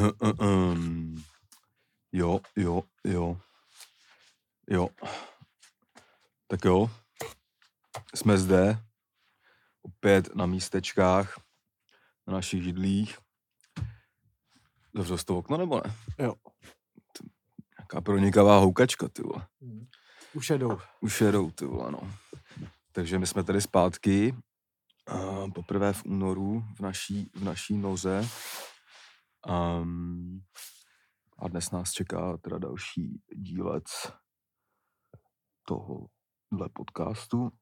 Jo. Tak jo. Jsme zde. Opět na místečkách. Na našich židlích. Zavřel jsi to okno, nebo ne? Jo. Jaká pronikavá houkačka, ty vole. Už jedou, ty vole, no. Takže my jsme tady zpátky. Poprvé v únoru v naší noze. A dnes nás čeká teda další dílec tohohle podcastu.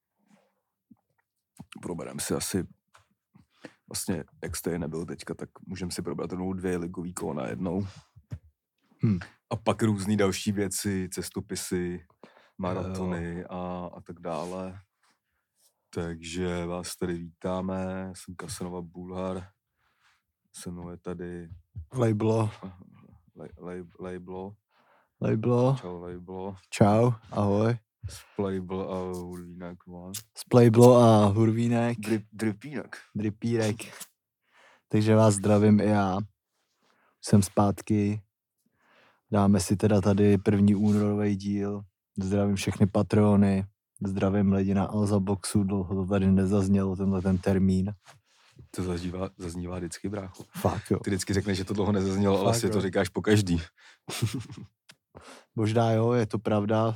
Probereme si asi vlastně, jak jste nebyl teďka, tak můžeme si probrat rovnou 2 ligový kola najednou. A pak různý další věci, cestopisy, maratony a tak dále. Takže vás tady vítáme. Jsem Kasanova Bulhar. Se mnou je tady Labelo. Čau, Labelo. Čau, ahoj. Splejbl a Hurvínek. Splejblo a Hurvínek. Dripírek. Takže vás zdravím i já. Jsem zpátky. Dáme si teda tady 1. únorový díl. Zdravím všechny patrony. Zdravím lidi na Alza Boxu. Dlouho to tady nezaznělo, tenhle ten termín. To zaznívá vždycky, brácho. Fakt jo. Ty vždycky řekneš, že to dlouho nezaznělo, ale asi to říkáš po každý. Možná jo, je to pravda.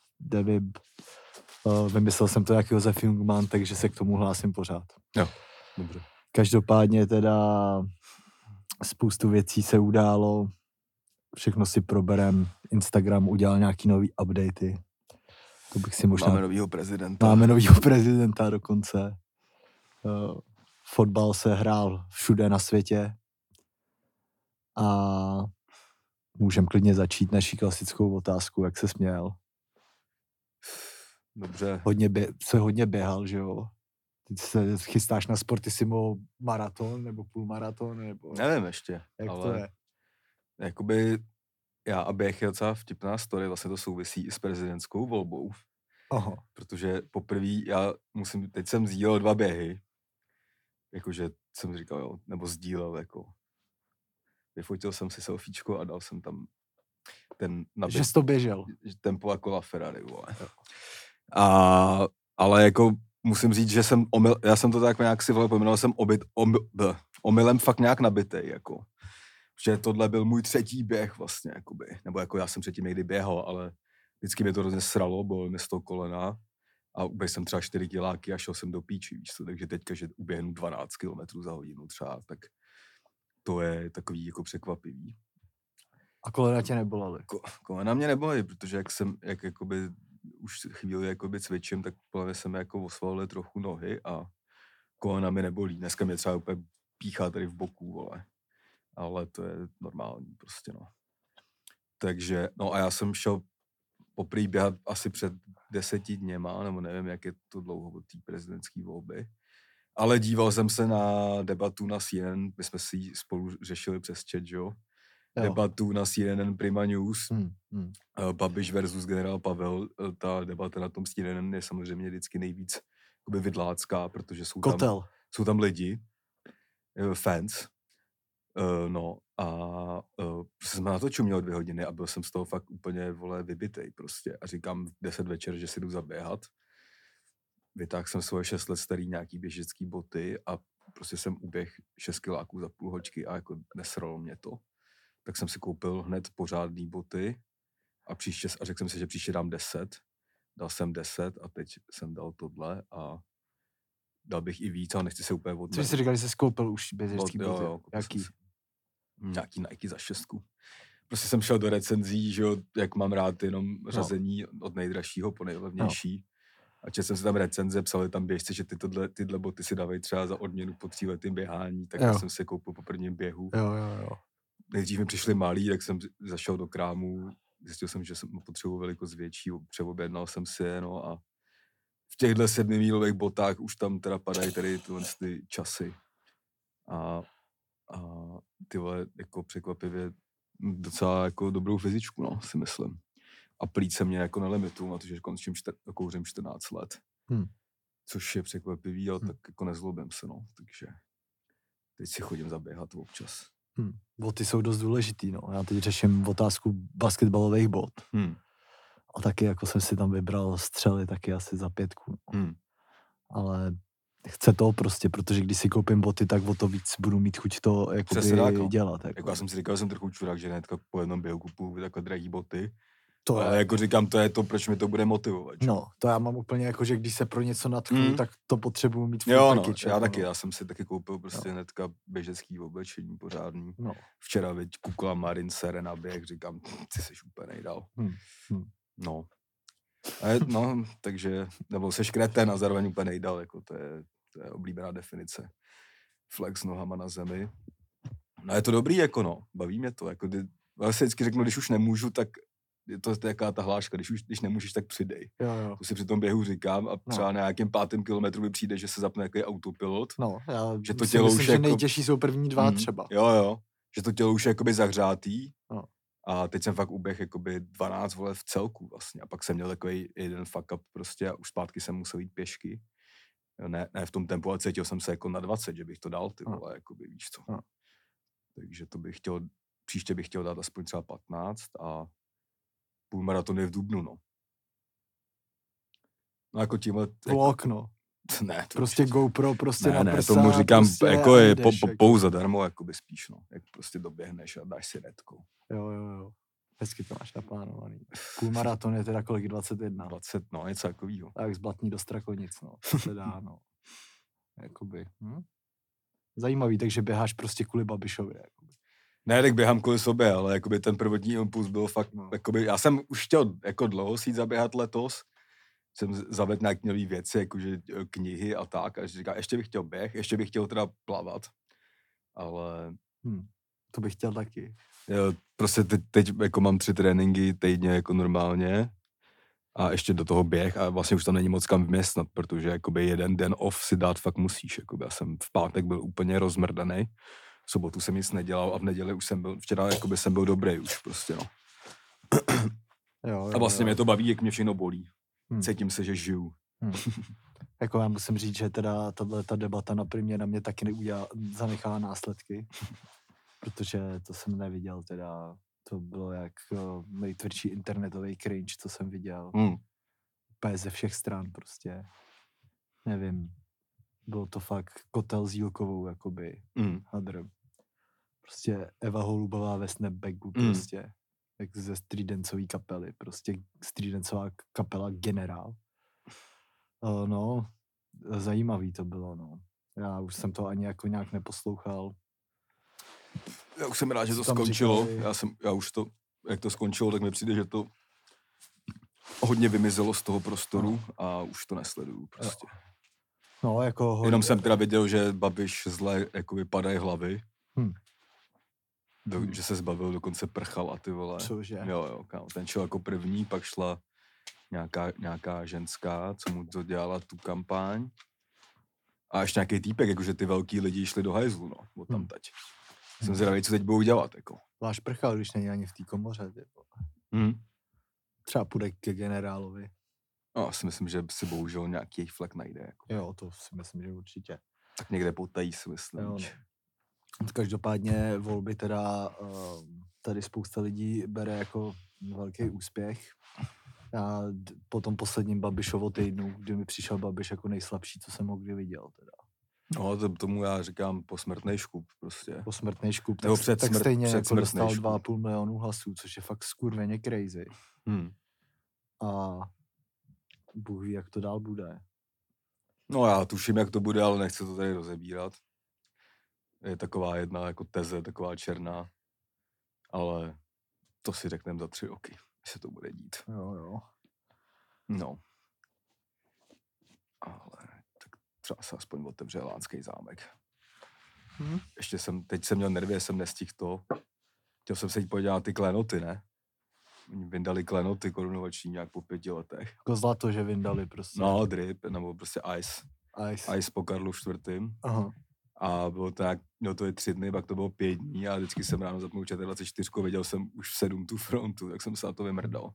Vymyslel jsem to jak Josef Jungmann, takže se k tomu hlásím pořád. Jo, dobře. Každopádně teda spoustu věcí se událo. Všechno si proberem. Instagram udělal nějaký nový updaty. To bych si možná... Máme novýho prezidenta dokonce. Fotbal se hrál všude na světě. A můžem klidně začít naší klasickou otázku, jak se směl. Dobře. Hodně běhal, že jo? Teď se chystáš na Sportissimo maraton nebo půlmaraton? Nebo... Nevím ještě. Jak ale to je? Jakoby a běh je docela vtipná story, vlastně to souvisí i s prezidentskou volbou. Aha. Protože poprvé teď jsem sdílel 2 běhy, jakože jsem říkal, jo, nebo sdílel, jako vyfotil jsem si selfiečko a dal jsem tam ten Že jsi to běžel. Tempo jako La Ferrari, vole. Ale jako musím říct, že já jsem to tak nějak si pojmenoval, jsem omylem fakt nějak nabitej, jako. Že tohle byl můj 3. běh vlastně, jakoby. Nebo jako já jsem předtím někdy běhal, ale vždycky mě to hrozně sralo, bylo mi z toho kolena a uběhl jsem třeba 4 kiláky a šel jsem do píči, víš co, takže teďka, že uběhnu 12 km za hodinu třeba, tak to je takový jako překvapivý. A kolena tě nebolaly? Kolena mě nebolaly, protože jak jakoby už chvíli jakoby cvičím, tak podle se mi jako osvalily trochu nohy a kolena mi nebolí. Dneska mě třeba úplně píchá tady v boku, vole. Ale to je normální prostě, no. Takže, no a já jsem šel poprvé běhat asi před 10 dněma, nebo nevím, jak je to dlouho od té prezidentské volby. Ale díval jsem se na debatu na CNN, my jsme si ji spolu řešili přes chat, jo? Debatu na CNN Prima News, Babiš versus generál Pavel, ta debata na tom CNN je samozřejmě vždycky nejvíc vidlácká, protože jsou tam lidi, fans, no a jsem na to čuměl 2 hodiny a byl jsem z toho fakt úplně, vole, vybitej prostě a říkám v 10 večer, že si jdu zaběhat. Vytáhl jsem svoje 6 let starý nějaký běžecký boty a prostě jsem uběh 6 kiláků za půl hoďky a jako nesralo mě to. Tak jsem si koupil hned pořádný boty a řekl jsem si, že příště dám 10. Dal jsem 10 a teď jsem dal tohle a dal bych i víc, ale nechci se úplně odmít. Co jsi říkal, že jsi koupil už běžecký boty? Jo, jaký? Nějaký Nike za 6. Prostě jsem šel do recenzí, že jo, jak mám rád jenom řazení od nejdražšího po nejlevnější. A četl jsem si tam recenze, psali tam běžci, že tyhle boty si dávají třeba za odměnu po 3 letým běhání, tak já jsem si koupil po prvním běhu. Jo. Nejdřív mi přišli malí, tak jsem zašel do krámu, zjistil jsem, že jsem potřeboval velikost větší, přeobjednal jsem si je, no a v těchto 7mílových botách už tam teda padají tady ty časy. A ty vole, jako překvapivě docela jako dobrou fyzičku, no, si myslím. A plíce mě jako nelimitují na to, že končím kouřím 14 let. Což je překvapivý, ale tak jako nezlobím se, no. Takže teď si chodím zaběhat občas. Boty jsou dost důležitý, no. Já teď řeším otázku basketbalových bot. A taky jako jsem si tam vybral střely taky asi za 5. No. Ale chce to prostě, protože když si koupím boty, tak o to víc budu mít chuť to jakoby dělat. Jako já jsem si říkal, že jsem trochu čurák, že hnedka po jednom běhu kupuju takové drahý boty. To ale je, jako říkám, to je to, proč mi to bude motivovat. Čo? No, to já mám úplně jako, že když se pro něco natknu, tak to potřebuji mít jo, taky. Já taky, já jsem si taky koupil prostě hnedka běžecký oblečení pořádný. No. Včera kukla Marin Serena běh, říkám, ty jsi úplně nejdál. No. No, takže, nebo seš kreten a zároveň úplně nejdál, jako to je oblíbená definice. Flex nohama na zemi. No je to dobrý, jako no, baví mě to, jako já si vždycky řeknu, když už nemůžu, tak je to jaká ta hláška, když nemůžeš, tak přidej. Jo. To si při tom běhu říkám a třeba na nějakém 5. kilometru mi přijde, že se zapne nějaký autopilot. No, já že to tělo myslím, už že jako... nejtěžší jsou první 2 třeba. Jo, že to tělo už je jakoby zahřátý. No. A teď jsem fakt uběh jakoby 12 vole v celku vlastně. A pak jsem měl takový jeden fuck up prostě a už zpátky jsem musel jít pěšky. Ne v tom tempu, ale cítil jsem se jako na 20, že bych to dal, ty vole, jakoby, víš co. Takže to bych chtěl, příště bych chtěl dát aspoň třeba 15 a půlmaraton je v dubnu, no. No jako tímhle... Vlog, no. Ne. To prostě GoPro, prostě na prsa. Tomu říkám, prostě jako je pouze darmo, jakoby spíš, no. Jak prostě doběhneš a dáš si redko. Jo. Hezky to máš naplánovaný. Půlmaraton je teda kolik? 21? 20, no, něco takovýho. Tak z Blatní do Strakonic, no. To se dá, no. Jakoby. Zajímavý, takže běháš prostě kvůli Babišovi, jakoby. Ne, tak běhám kvůli sobě, ale jakoby ten prvotní impuls byl fakt, jakoby, já jsem už chtěl jako dlouho si jít zaběhat letos, jsem zavedl nějaké nové věci, jakože knihy a tak, a říká, ještě bych chtěl běh, ještě bych chtěl teda plavat, ale... To bych chtěl taky. Jo, prostě teď jako mám 3 tréninky týdně jako normálně a ještě do toho běh a vlastně už tam není moc kam vměstnat, protože jakoby jeden den off si dát fakt musíš, jakoby já jsem v pátek byl úplně rozmrdaný, v sobotu jsem nic nedělal a v neděli už jsem byl, včera jakoby jsem byl dobrý už prostě, no. Jo, a vlastně mě to baví, jak mě všechno bolí. Cítím se, že žiju. Jako já musím říct, že teda ta debata na Primě na mě taky zanechá následky, protože to jsem neviděl teda, to bylo jak nejtvrdší internetový cringe, co jsem viděl. Úplně ze všech stran prostě. Nevím. Bylo to fakt kotel s Jílkovou, jakoby. Hadr. Prostě Eva Holubová ve snapbacku prostě. Jak ze střídencový kapely. Prostě střídencová kapela Generál. No, zajímavý to bylo, no. Já už jsem to ani jako nějak neposlouchal. Já už jsem rád, že to skončilo. Já už to, jak to skončilo, tak mi přijde, že to hodně vymizelo z toho prostoru a už to nesleduju prostě. No, jako jenom jsem teda viděl, že Babiš zle jako vypadají hlavy. Že se zbavil, dokonce prchal a ty vole. Cože? Jo, kámo. Ten šel jako první, pak šla nějaká ženská, co mu to dělala tu kampaň. A ještě nějaký týpek, jakože ty velký lidi šli do hajzlu, no, od tam teď. Jsem zvědavý, co teď budou dělat, jako. Váš prchal, když není ani v té komoře, typo. Třeba půjde ke generálovi. No, já si myslím, že si bohužel nějaký flek najde, jako. Jo, to si myslím, že určitě. Tak někde potají, si myslím. Jo, no. Každopádně volby teda tady spousta lidí bere jako velký úspěch. Já po tom posledním Babišovo týdnu, kdy mi přišel Babiš jako nejslabší, co jsem ho kdy viděl teda. No, tomu já říkám posmrtný škup prostě. Posmrtný škup, tak stejně jako dostal 2,5 milionu hlasů, což je fakt skurveně crazy. A Bůh ví, jak to dál bude. No já tuším, jak to bude, ale nechci to tady rozebírat. Je taková jedna jako teze, taková černá, ale to si řekneme za 3 roky, jestli to bude dít. Jo. No. Ale tak třeba se aspoň otevře Lánský zámek. Ještě teď jsem měl nervy, jsem nestihl to. Chtěl jsem se jít podívat na ty klenoty, ne? Oni vyndali klenoty korunovační nějak po 5 letech. Jako zlato, že vyndali prostě. No, drip, nebo prostě ice po Karlu IV. Aha. A bylo to jak, no to je 3 dny, pak to bylo 5 dní a vždycky jsem ráno zapnul 24, viděl jsem už v 7 tu frontu, tak jsem se na to vymrdal.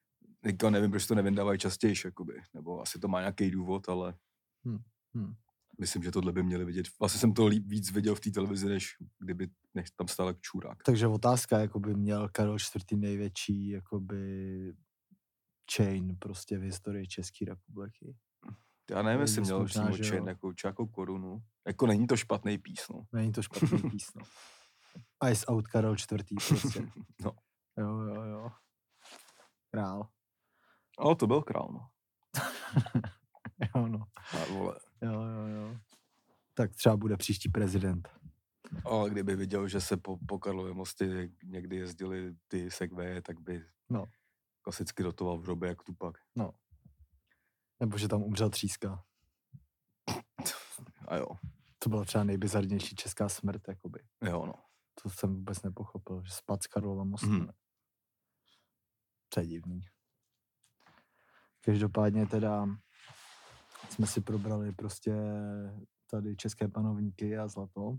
Teďka nevím, proč to nevyndávají častěji, jakoby, nebo asi to má nějaký důvod, ale... Myslím, že tohle by měli vidět. Vlastně jsem to víc viděl v té televizi, než tam stál jak čurák. Takže otázka, jakoby měl Karel IV. Největší jakoby chain prostě v historii České republiky. Já nevím, jestli měl možná, přímo že jo. chain nějakou korunu. Jako není to špatný písno. Není to špatný písno. Ice out Karel IV. prostě. No. Jo. Král. Ale to byl král, no. Jo, no. A vole. Jo. Tak třeba bude příští prezident. Ale kdyby viděl, že se po Karlově mostě někdy jezdili ty segwaye, tak by klasicky dotoval v hrobě jak Tupak. No. Nebo že tam umřel Tříska. A jo. To byla třeba nejbizarnější česká smrt, jakoby. Jo, no. To jsem vůbec nepochopil, že spad z Karlova mostu. To je divný. Každopádně teda jsme si probrali prostě tady české panovníky a zlato.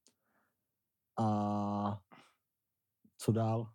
A co dál?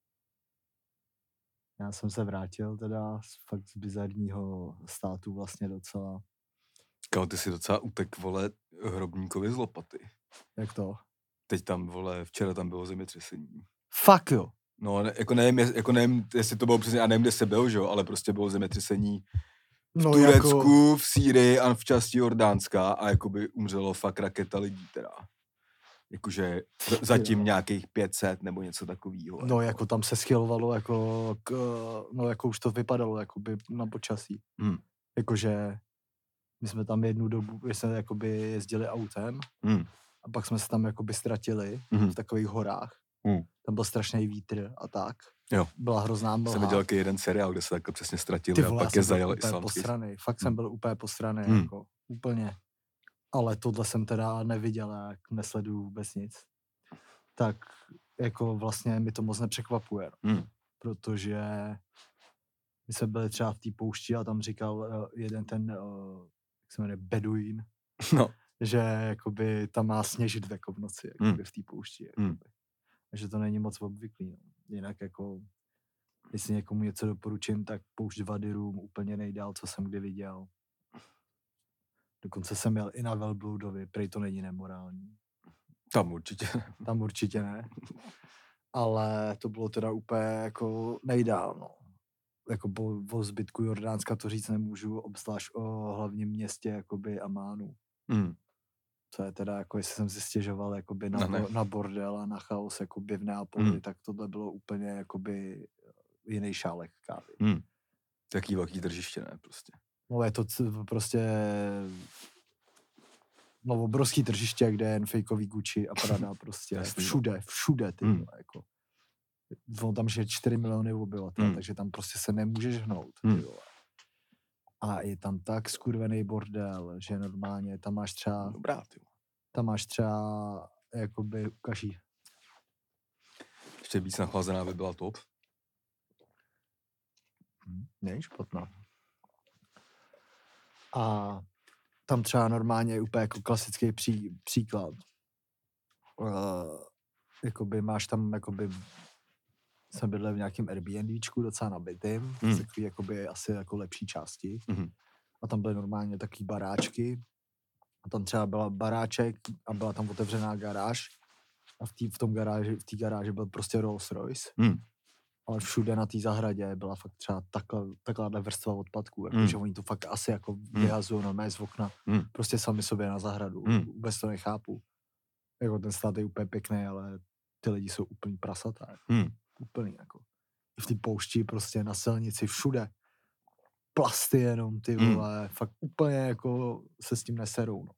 Já jsem se vrátil teda fakt z bizarního státu vlastně docela. Kámo, ty si docela utek, vole, Hrobníkovi z Lopaty. Jak to? Teď tam, vole, včera tam bylo zemětřesení. Fuck jo. No, nevím, jestli to bylo přesně, já nevím, kde se byl, že jo, ale prostě bylo zemětřesení v Turecku, v Sýrii a v části Jordánska a jakoby umřelo fakt raketa lidí teda. Jakože zatím nějakých 500 nebo něco takového. No, jako tam se schylovalo, jako už to vypadalo, jakoby na počasí. Jakože my jsme tam jednu dobu, jsme jakoby jezdili autem a pak jsme se tam jakoby ztratili v takových horách. Tam byl strašný vítr a tak. Jo. Byla hrozná mlha. Jsem viděl jeden seriál, kde se takhle přesně ztratili a pak je zajel islámský. Fakt jsem byl úplně posraný, jako úplně. Ale tohle jsem teda neviděl, jak nesleduju vůbec nic. Tak jako vlastně mi to moc nepřekvapuje. Protože my jsme byli třeba v té poušti a tam říkal jeden ten, jak se jmenuje, Beduín, že jakoby tam má sněžit jako v noci, jakoby v té poušti. Jakoby. Že to není moc obvyklý. No. Jinak jako, jestli někomu něco doporučím, tak poušť Vadirum úplně nejdál, co jsem kdy viděl. Dokonce jsem jel i na velbloudovi, prej to není nemorální. Tam určitě ne. Ale to bylo teda úplně jako nejdál, no. Jako o zbytku Jordánska to říct nemůžu, obzvlášť o hlavním městě jakoby Amánu. Co je teda, jako jestli jsem si stěžoval jakoby na bordel a na chaos jakoby v Neapoli, tak tohle bylo úplně jakoby jiný šálek kávy. Taký velký tržiště, ne, prostě. No je to prostě obrovský tržiště, kde je jen fejkový Gucci a Prada prostě. Všude, ty jako. Tam je 4 miliony obyvatel, takže tam prostě se nemůžeš hnout, ty vole. A je tam tak skurvený bordel, že normálně tam máš třeba... Dobrá, ty. Tam máš třeba jakoby kaší. Ještě víc nachlazená by byla top. Není špatná. A tam třeba normálně je úplně jako klasický příklad. Jakoby máš tam jakoby... Jsem bydlel v nějakém Airbnbčku docela nabitým, takový jakoby asi jako lepší části. A tam byly normálně takový baráčky. A tam třeba byla baráček a byla tam otevřená garáž. A v té garáži byl prostě Rolls Royce. Ale všude na té zahradě byla fakt třeba taková vrstva odpadků. Že oni to fakt asi jako vyhazují normálně z okna. Prostě sami sobě na zahradu. Vůbec to nechápu. Jako ten stát je úplně pěkný, ale ty lidi jsou úplný prasata. Úplný jako. V té poušti prostě na silnici všude. Plasty jenom, ty vole. Fakt úplně jako se s tím neserou. No.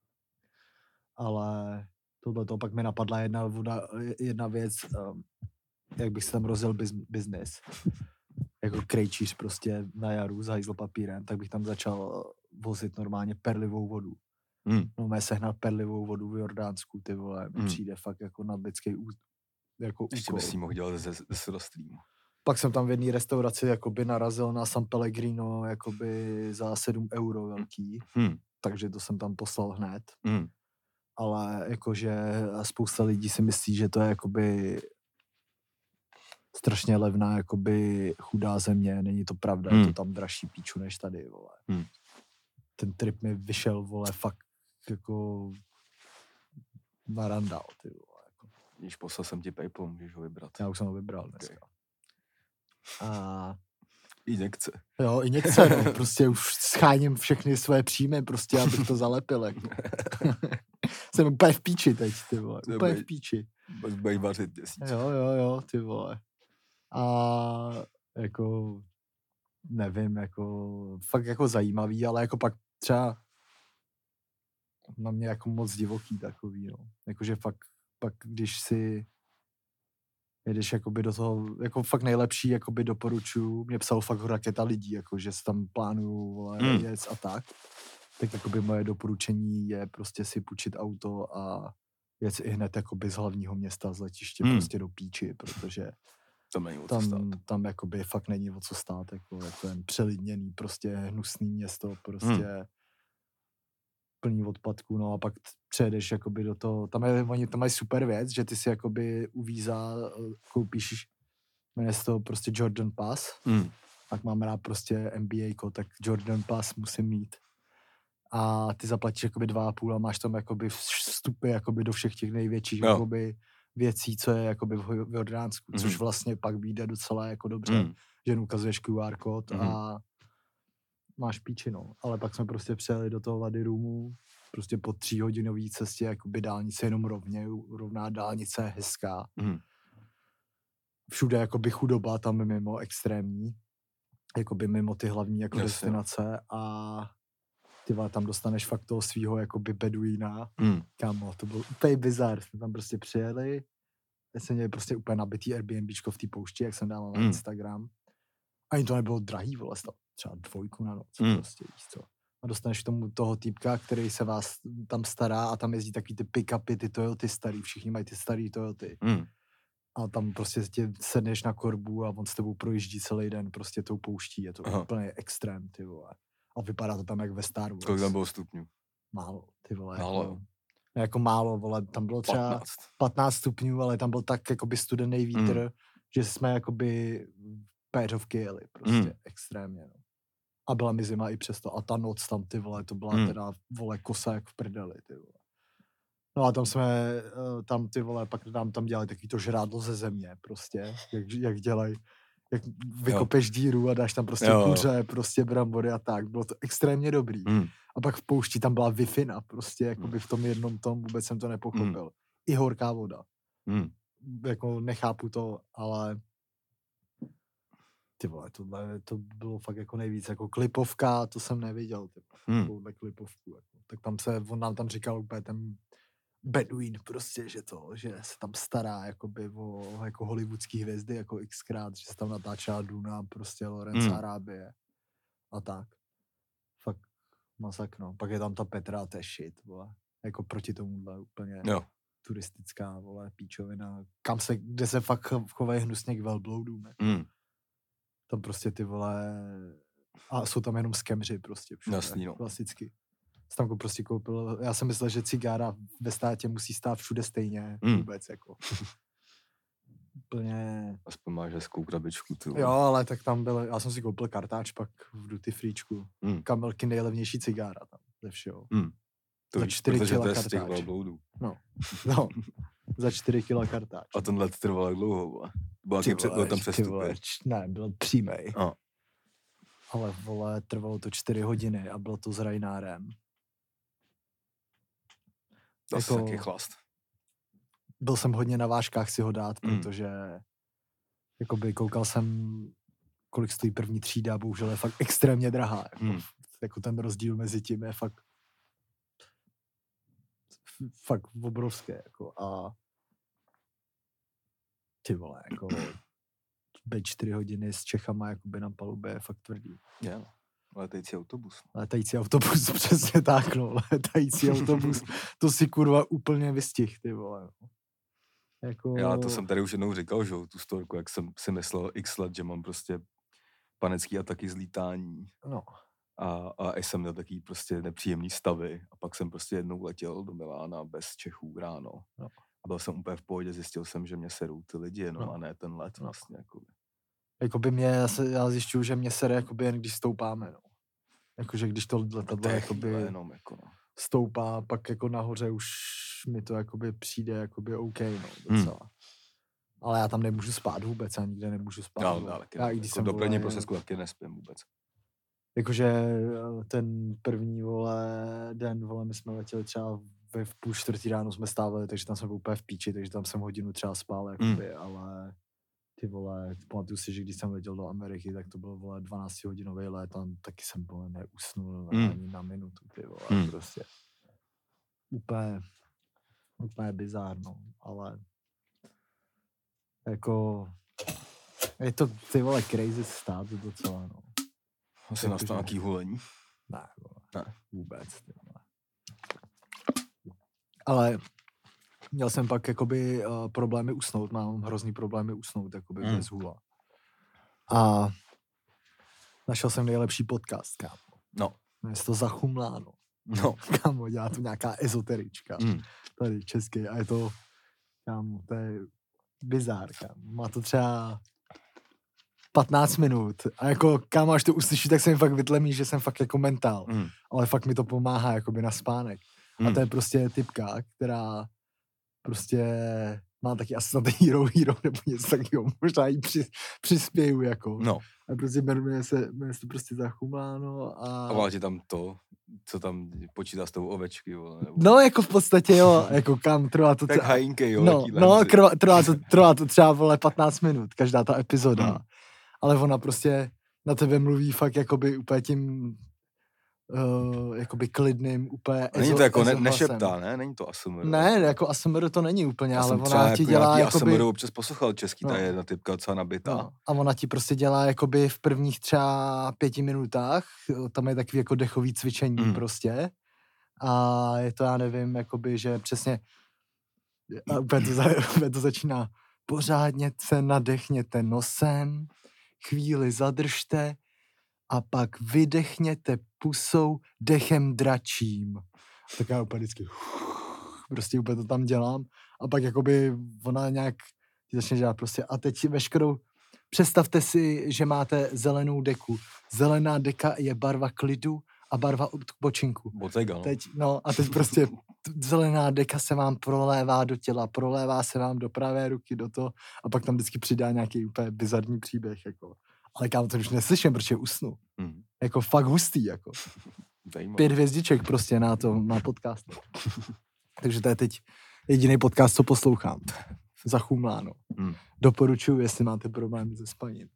Ale tohleto pak mi napadla jedna věc, jak bych se tam rozjel biznis. Jako krejčíř prostě na jaru s hajzlopapírem, tak bych tam začal vozit normálně perlivou vodu. No mě sehnat perlivou vodu v Jordánsku, ty vole, přijde fakt jako nadlidský jako ještě úkol. bys jí mohl dělat ze Silvestrínu. Pak jsem tam v jedné restauraci jakoby narazil na San Pellegrino jakoby za 7 euro velký, takže to jsem tam poslal hned. Ale jakože spousta lidí si myslí, že to je jakoby strašně levná jakoby chudá země, není to pravda, je to tam dražší píču než tady, vole. Ten trip mi vyšel, vole, fakt jako na randál, ty vole. Jako. Když poslal jsem ti PayPal, můžeš ho vybrat. Já už jsem ho vybral dneska. Okay. A Injekce. jo, injekce, no, prostě už scháním všechny své příjmy, prostě, abych to zalepil, jako. Jsem úplně v píči teď, ty vole, úplně v píči. Budeš vařit měsíc. Jo, ty vole. A jako, nevím, jako, fakt jako zajímavý, ale jako pak třeba na mě jako moc divoký takový, no. Jakože fakt, pak když si jedeš jakoby do toho, jako fakt nejlepší, jakoby doporučuju, mě psal fakt raketa lidí, jako že si tam plánuju, vole, jet a tak jakoby moje doporučení je prostě si půjčit auto a jet i hned jakoby z hlavního města, z letiště prostě do píči, protože tam jakoby fakt není o co stát, jako je to jen přelidněný, prostě hnusný město, prostě plný odpadků, no a pak přejedeš jakoby do toho, oni tam mají super věc, že ty si jakoby u víza koupíš, jmenuje se to prostě Jordan Pass, tak mám rád prostě NBA, tak Jordan Pass musím mít. A ty zaplatíš jakoby 2,5 a máš tam jakoby vstupy jakoby do všech těch největších jakoby věcí, co je jakoby v Jordánsku, což vlastně pak vyjde docela jako dobře, že ukazuješ QR kód a máš píči, no. Ale pak jsme prostě přijeli do toho Wadi Rumu, prostě po 3hodinové cestě, jakoby dálnice jenom rovná dálnice je hezká. Všude jakoby chudoba, tam mimo extrémní, jakoby mimo ty hlavní jako destinace a ty vole, tam dostaneš fakt toho svýho jakoby beduína. Kámo, to byl úplně bizar. Jsme tam prostě přijeli, jsme měli prostě úplně nabitý Airbnbčko v té poušti, jak jsem dával na Instagram. Ani to nebylo drahý, vole, třeba 2 na noc, prostě, víš co. A dostaneš k tomu toho týpka, který se vás tam stará a tam jezdí taky ty pick-upy, ty Toyoty starý, všichni mají ty starý Toyoty. A tam prostě tě sedneš na korbu a on s tebou projíždí celý den prostě tou pouští, je to úplně extrém, ty vole. A vypadá to tam jak ve Star Wars. Kolik tam bylo stupňů? Málo, ty vole. Málo. Jako málo, vole, tam bylo třeba 15 stupňů, ale tam byl tak jakoby studený vítr, že jsme jakoby péřovky jeli, prostě extrémně, no. A byla mi zima i přesto. A ta noc tam, ty vole, to byla teda, vole, kosa jak v prdeli, ty vole. No a tam jsme, tam ty vole, pak nám tam dělali takový to žrádlo ze země, prostě, jak dělají. Jak vykopeš díru a dáš tam prostě kuře, prostě brambory a tak. Bylo to extrémně dobrý. A pak v poušti tam byla Wi-Fi, prostě jakoby v tom jednom tom, vůbec jsem to nepochopil. I horká voda. Jako nechápu to, ale ty vole, to bylo fakt jako nejvíc. Jako klipovka, to jsem neviděl, takovouhle klipovku. Jako. Tak tam on nám tam říkal úplně ten beduín prostě, že se tam stará jakoby o jako hollywoodský hvězdy jako xkrát, že se tam natáčela Duna, prostě Lawrence Arábie a tak. Fakt masakno. Pak je tam ta Petra, to je shit, vole. Jako proti tomuhle úplně turistická, vole, píčovina. Kde se fakt chovají hnusně k velbloudům. Tam prostě ty vole a jsou tam jenom skemři prostě všude, jasný, no. Klasicky. Jsem tam prostě koupil, já jsem myslel, že cigára ve státě musí stát všude stejně, vůbec jako. Úplně... Aspoň máš hezkou krabičku, ty. Jo, ale tak tam byl, já jsem si koupil kartáč pak v Duty Freečku. Kamelky nejlevnější cigára tam, ze všeho. To za 4 kila kartáč. No, za 4 kila kartáč. A ten let trval jak dlouho, byl tam přestupy. Ne, byl přímej. Ale vole, trvalo to 4 hodiny a bylo to s Rajnárem. To jako, taky chlast. Byl jsem hodně na vážkách si ho dát, protože jakoby koukal jsem, kolik stojí první třída, bohužel je fakt extrémně drahá. Jako ten rozdíl mezi tím je fakt obrovské. Jako, a ty vole, jako být 4 hodiny s Čechama jakoby na palubě je fakt tvrdý. Yeah. Letající autobus. Letající autobus, přesně tak, no. Letající autobus, to si kurva úplně vystih, ty vole. Jako... Já to jsem tady už jednou říkal, že tu storku, jak jsem si myslel x let, že mám prostě panický ataky z lítání. No. A jsem měl takový prostě nepříjemný stavy. A pak jsem prostě jednou letěl do Milána bez Čechů ráno. No. A byl jsem úplně v pohodě, zjistil jsem, že mě serou ty lidi jenom a ne ten let vlastně. Jakoby já zjišťuju, že mě sere jakoby jen když stoupáme, no. Jakože když to letadlo jakoby... Jenom, jako no. stoupá, pak jako nahoře už mi to jakoby přijde jakoby OK, no, docela. Ale já tam nemůžu spát vůbec, já nikde nemůžu spát. Já i když jsem do první procesku taky nespím vůbec. Jakože ten první, den, my jsme letěli třeba v 3:30 ráno jsme stávali, takže tam jsem byl úplně v píči, takže tam jsem hodinu třeba spál, jakoby, ale ty vole, pamatuju si, že když jsem letěl do Ameriky, tak to byl 12hodinový let, tam taky jsem neusnul ani na minutu, ty vole, prostě. Úplně bizár, no, ale jako je to, ty vole, crazy stát docela, no. Asi nastal nějaký hulení? Ne, vůbec, ty vole. Ale měl jsem pak jakoby problémy usnout, mám hrozný problémy usnout, jakoby bez hula. A našel jsem nejlepší podcast, kámo. No. Je to Zachumláno. No. Kámo, dělá to nějaká ezoterička. Tady český. A je to, kámo, to je bizár, kámo. Má to třeba 15 minut. A jako, kámo, až to uslyší, tak se mi fakt vytlemí, že jsem fakt jako mentál. Ale fakt mi to pomáhá jakoby na spánek. A to je prostě typka, která prostě má taky asi snad Hero nebo něco takového. Možná jí přispěju, jako. No. A prostě jmenuje se prostě Zachumláno a... A má ti tam to, co tam počítá s tou ovečky, vole, nebo... No, jako v podstatě, jo, jako kam trvá to... Tak hajinky, jo, no, trvá to třeba, vole, 15 minut, každá ta epizoda. Ale ona prostě na tebe mluví fakt jakoby úplně tím... jakoby klidným, úplně není to jako nešeptá, ne? Není to ASMR. Ne, jako ASMR to není úplně, ale ona ti jako dělá jakoby... ASMR občas poslouchal český, ta je jedna typka docela nabitá. No. A ona ti prostě dělá jakoby v prvních třeba 5 minutách, tam je takový jako dechový cvičení prostě. A je to, já nevím, jakoby, že přesně a úplně to začíná pořádně se nadechněte nosem, chvíli zadržte, a pak vydechněte pusou dechem dračím. Tak já úplně vždycky prostě úplně to tam dělám a pak jakoby ona nějak začne dělat prostě a teď veškerou představte si, že máte zelenou deku. Zelená deka je barva klidu a barva odpočinku. Botega, no. A teď prostě zelená deka se vám prolévá do těla, prolévá se vám do pravé ruky, do toho a pak tam vždycky přidá nějaký úplně bizarní příběh, jako. Ale kámo, to už neslyším, protože usnu. Jako fakt hustý, jako. 5 hvězdiček prostě na podcast. Takže to je teď jediný podcast, co poslouchám. Zachumláno. Doporučuji, jestli máte problémy se spaním.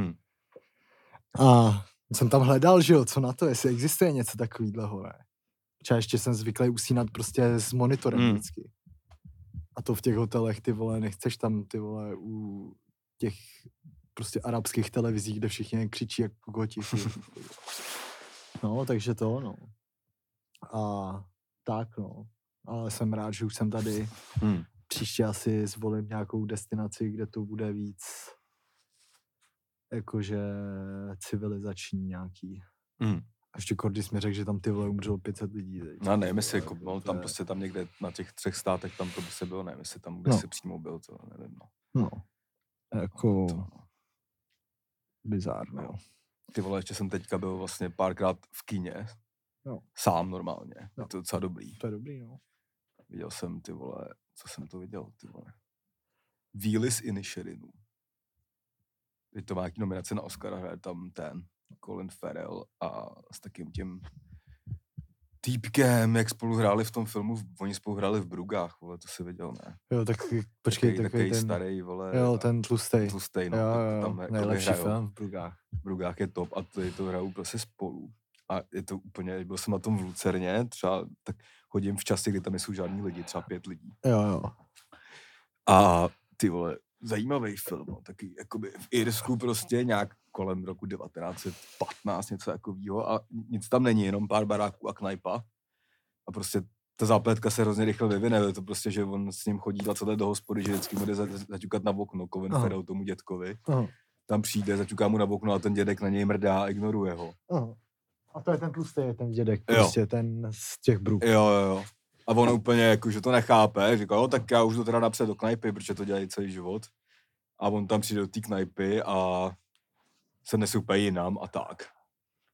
A jsem tam hledal, že jo, co na to, jestli existuje něco takovýhleho, ne? Třeba ještě jsem zvyklý usínat prostě s monitorem vždycky. A to v těch hotelech, ty vole, nechceš tam, ty vole, u těch prostě arabských televizí, kde všichni křičí jak kokoti. No, takže to, no. A tak, no. Ale jsem rád, že už jsem tady. Příště asi zvolím nějakou destinaci, kde to bude víc jakože civilizační nějaký. A ještě když mi řekl, že tam ty vole umřelo 500 lidí. No nevím, jestli jako, no, tam prostě tam někde na těch 3 státech tam to by se bylo, nevím, jestli tam, kde se přímo byl, to nevím, no. No, jako bizár, no. Ty vole, ještě jsem teďka byl vlastně párkrát v kině. Sám normálně. Je to docela dobrý. To je dobrý, no. Viděl jsem, ty vole, co jsem to viděl, ty vole. Willis Inisherinu. Teď to má nějaký nominace na Oscara, hraje tam ten Colin Farrell a s takým tím týpkem, jak spolu hráli v tom filmu, oni spolu hráli v Brugách, vole, to si viděl, ne? Jo, tak počkej, takový ten starý, vole. Jo, ten tlustej. Tlustej, no. Jo, tam nejlepší film v Brugách. V Brugách je top a to hrajou prostě spolu. A je to úplně, byl jsem na tom v Lucerně, třeba tak chodím v čase, kdy tam nejsou žádní lidi, třeba 5 lidí. Jo. A ty vole, zajímavý film, no, taky jakoby v Irsku prostě nějak kolem roku 1915, něco takového a nic tam není, jenom pár baráků a knajpa. A prostě ta zápletka se hrozně rychle vyvine, je to prostě, že on s ním chodí 20 let do hospody, že vždycky bude zaťukat na okno, Colin Farrell tomu dětkovi. Tam přijde, zaťuká mu na okno a ten dědek na něj mrdá a ignoruje ho. A to je ten tlustý, ten dědek, prostě ten z těch Bruk. Jo. A on úplně jako, že to nechápe, říká, jo, tak já už to teda napřed do knajpy, protože to dělají celý život. A on tam přijde do té knajpy a se nese úplně jinam a tak.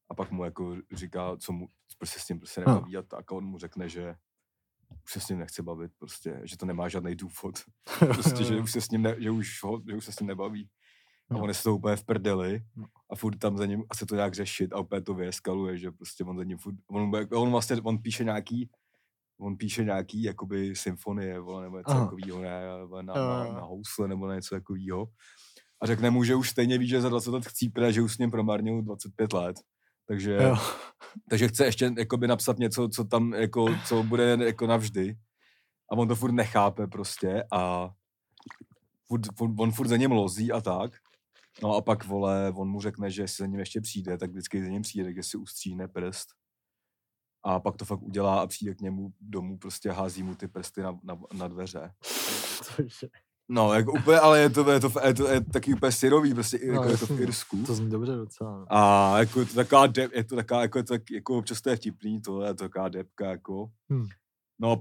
A pak mu jako říká, co mu prostě s tím prostě nebaví a tak. A on mu řekne, že už se s ním nechce bavit prostě, že to nemá žádný důvod. Prostě, že už se s ním, že už se s ním nebaví. A on je z toho úplně v prdeli a furt tam za ním se to nějak řešit a opět to vyeskaluje, že prostě on za ním furt, on píše nějaký jakoby symfonie, vole, nebo něco takovýho, na housle nebo něco takovýho. A řekne mu, že už stejně ví, že za 20 let chcípne, že už s ním promarnil 25 let. Takže chce ještě jakoby napsat něco, co tam jako, co bude jako navždy. A on to furt nechápe prostě a on furt za něm lozí a tak. No a pak, vole, on mu řekne, že jestli za ním ještě přijde, tak vždycky za ním přijde, když si ustříhne prst. A pak to fakt udělá a přijde k němu domů, prostě hází mu ty prsty na dveře. No, jako úplně, ale je to taky úplně syrový, prostě, no, jako je to v Irsku. To zní dobře docela. A jako je to taková, jako občas to je vtipný, tohle je to taková depka, jako. No,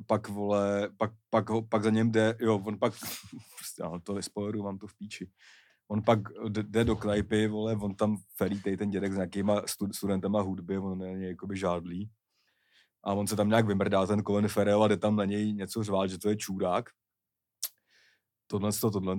pak za něm jde, jo, on pak, prostě, to nespoileruju, mám to v píči. On pak jde do knajpy, vole, on tam felí ten dědek s nějakýma studentama hudby, on na něj jakoby žádlí. A on se tam nějak vymrdá, ten Colin Farrell, a jde tam na něj něco řvát, že to je čůrák. Tohle.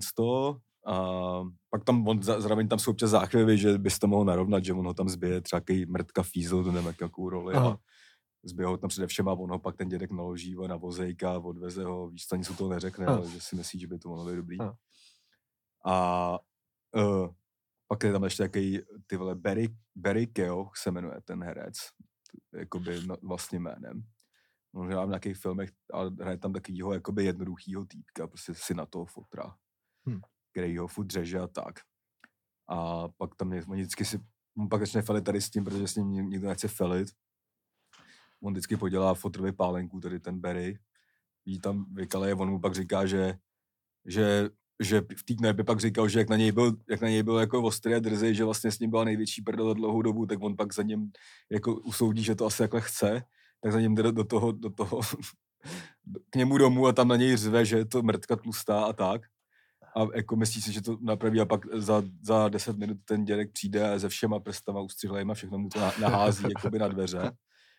A pak tam, zároveň tam jsou občas záchvěvy, že bys to mohl narovnat, že on ho tam zbije, třeba jaký mrtka fízl, to nevím, jakou roli. Aha. A zbije ho tam především a on ho pak ten dědek naloží na vozejka, odveze ho, víš, nic to neřekne, ale že si myslí, že by to mohlo být dobrý. Aha. A pak je tam ještě jaký, ty vole, Barry Keogh se jmenuje ten herec, jakoby vlastním jménem. On hrál v nějakých filmech a hraje tam takovýho jakoby jednoduchýho týpka, prostě syna toho fotra, který ho furt dřeže a tak. A pak tam oni vždycky on pak začne felit tady s tím, protože s ním nikdo nechce felit. On vždycky podělá fotrovi pálenku, tady ten Barry. Jí tam vykaleje, on mu pak říká, že v té knajpě pak říkal, že jak na něj byl jako ostrý a drzej, že vlastně s ním byla největší prdel dlouhou dobu, tak on pak za něm jako usoudí, že to asi takhle chce, tak za něm jde do toho k němu domů a tam na něj řve, že je to mrtka tlustá a tak. A jako myslí si, že to napraví a pak za 10 minut ten dědek přijde se všema prstama ustřihlejma, všechno mu to nahází jakoby na dveře.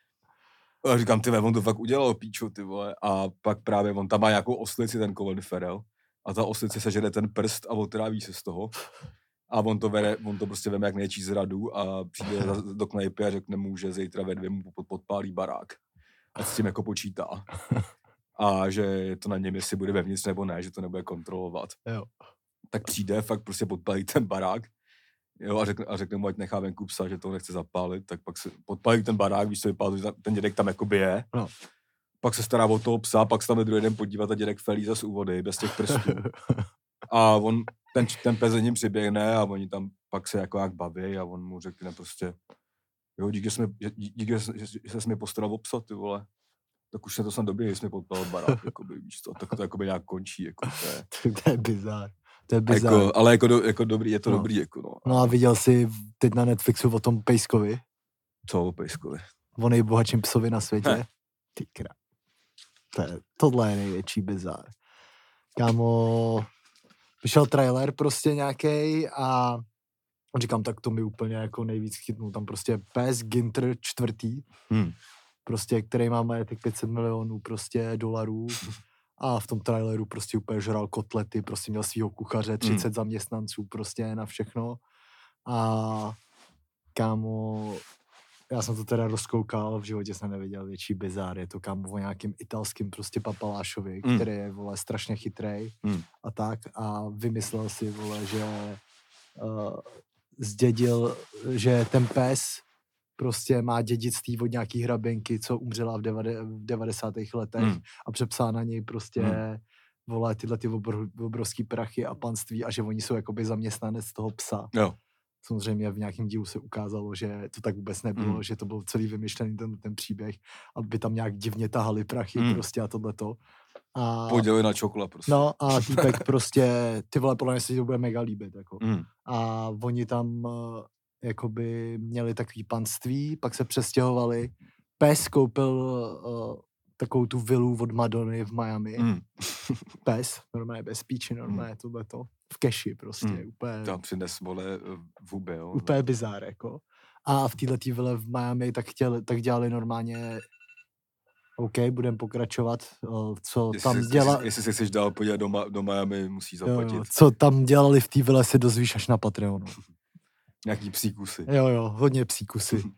A říkám, ty on to fakt udělal, píču, ty vole. A pak právě on tam má nějakou oslici, ten Colin Farrell. A ta oslice sežere ten prst a otráví se z toho. A on to prostě veme jak nejčí zradu a přijde do knajpy a řekne mu, že zítra ve 2 mu podpálí barák. A s tím jako počítá. A že je to na něm, jestli bude vevnitř nebo ne, že to nebude kontrolovat. Jo. Tak přijde, fakt prostě podpálí ten barák. Jo, a řekne mu, ať nechá venku psa, že to nechce zapálit, tak pak se podpálí ten barák, víš co vypadá, že ten dědek tam jakoby je. No. Pak se stará o toho psa, pak se tam druhý den podívat a dědek felí zas u vody, bez těch prstů. A ten pes za ním přiběhne a oni tam pak se jako jak baví a on mu řekne prostě, jo, díky, že jsi mi postaral o psa, ty vole. Tak už se to snad dobrý, že jsi mi podpálil barák, jakoby, víš co, tak to jakoby nějak končí, jako to je bizár. To je bizár. Jako, ale jako dobrý, je to dobrý, jako no. No a viděl jsi teď na Netflixu o tom pejskovi? Co o pejskovi? O nejbohatším psovi na světě? Ty krát. Tohle je největší bizár. Kámo, vyšel trailer prostě nějakej a říkám, tak to mi úplně jako nejvíc chytnul. Tam prostě pes Ginter 4. Prostě, který má majetek 500 milionů prostě dolarů a v tom traileru prostě úplně žral kotlety, prostě měl svýho kuchaře, 30 zaměstnanců prostě na všechno. A kámo, já jsem to teda rozkoukal, v životě jsem neviděl větší bizár, je to kámo o nějakým italským prostě papalášovi, který je, vole, strašně chytrej a tak a vymyslel si, vole, že zdědil, že ten pes prostě má dědictví od nějaký hraběnky, co umřela v 90. letech a přepsá na něj prostě vole, tyhle ty obrovský prachy a panství a že oni jsou jakoby zaměstnanec toho psa. Jo. Samozřejmě v nějakém dílu se ukázalo, že to tak vůbec nebylo, že to byl celý vymyšlený ten příběh, aby tam nějak divně tahali prachy prostě a tohleto. A poděli na čokla prostě. No a týpek prostě, ty vole, podle mě se to bude mega líbit, jako. A oni tam jakoby měli takový panství, pak se přestěhovali, pes koupil takovou tu vilu od Madony v Miami. Pes, normálně bez píči, normálně tohleto. V keši prostě, úplně. Tam přines, vole, v hubě, jo. Úplně bizár, jako. A v této vile v Miami tak dělali normálně OK, budeme pokračovat, co tam dělali. Jestli se chceš dál podívat do Miami, musíš zaplatit. Jo, co tam dělali v té vile, se dozvíš až na Patreonu. Nějaký psí kusy. Jo, hodně psí kusy.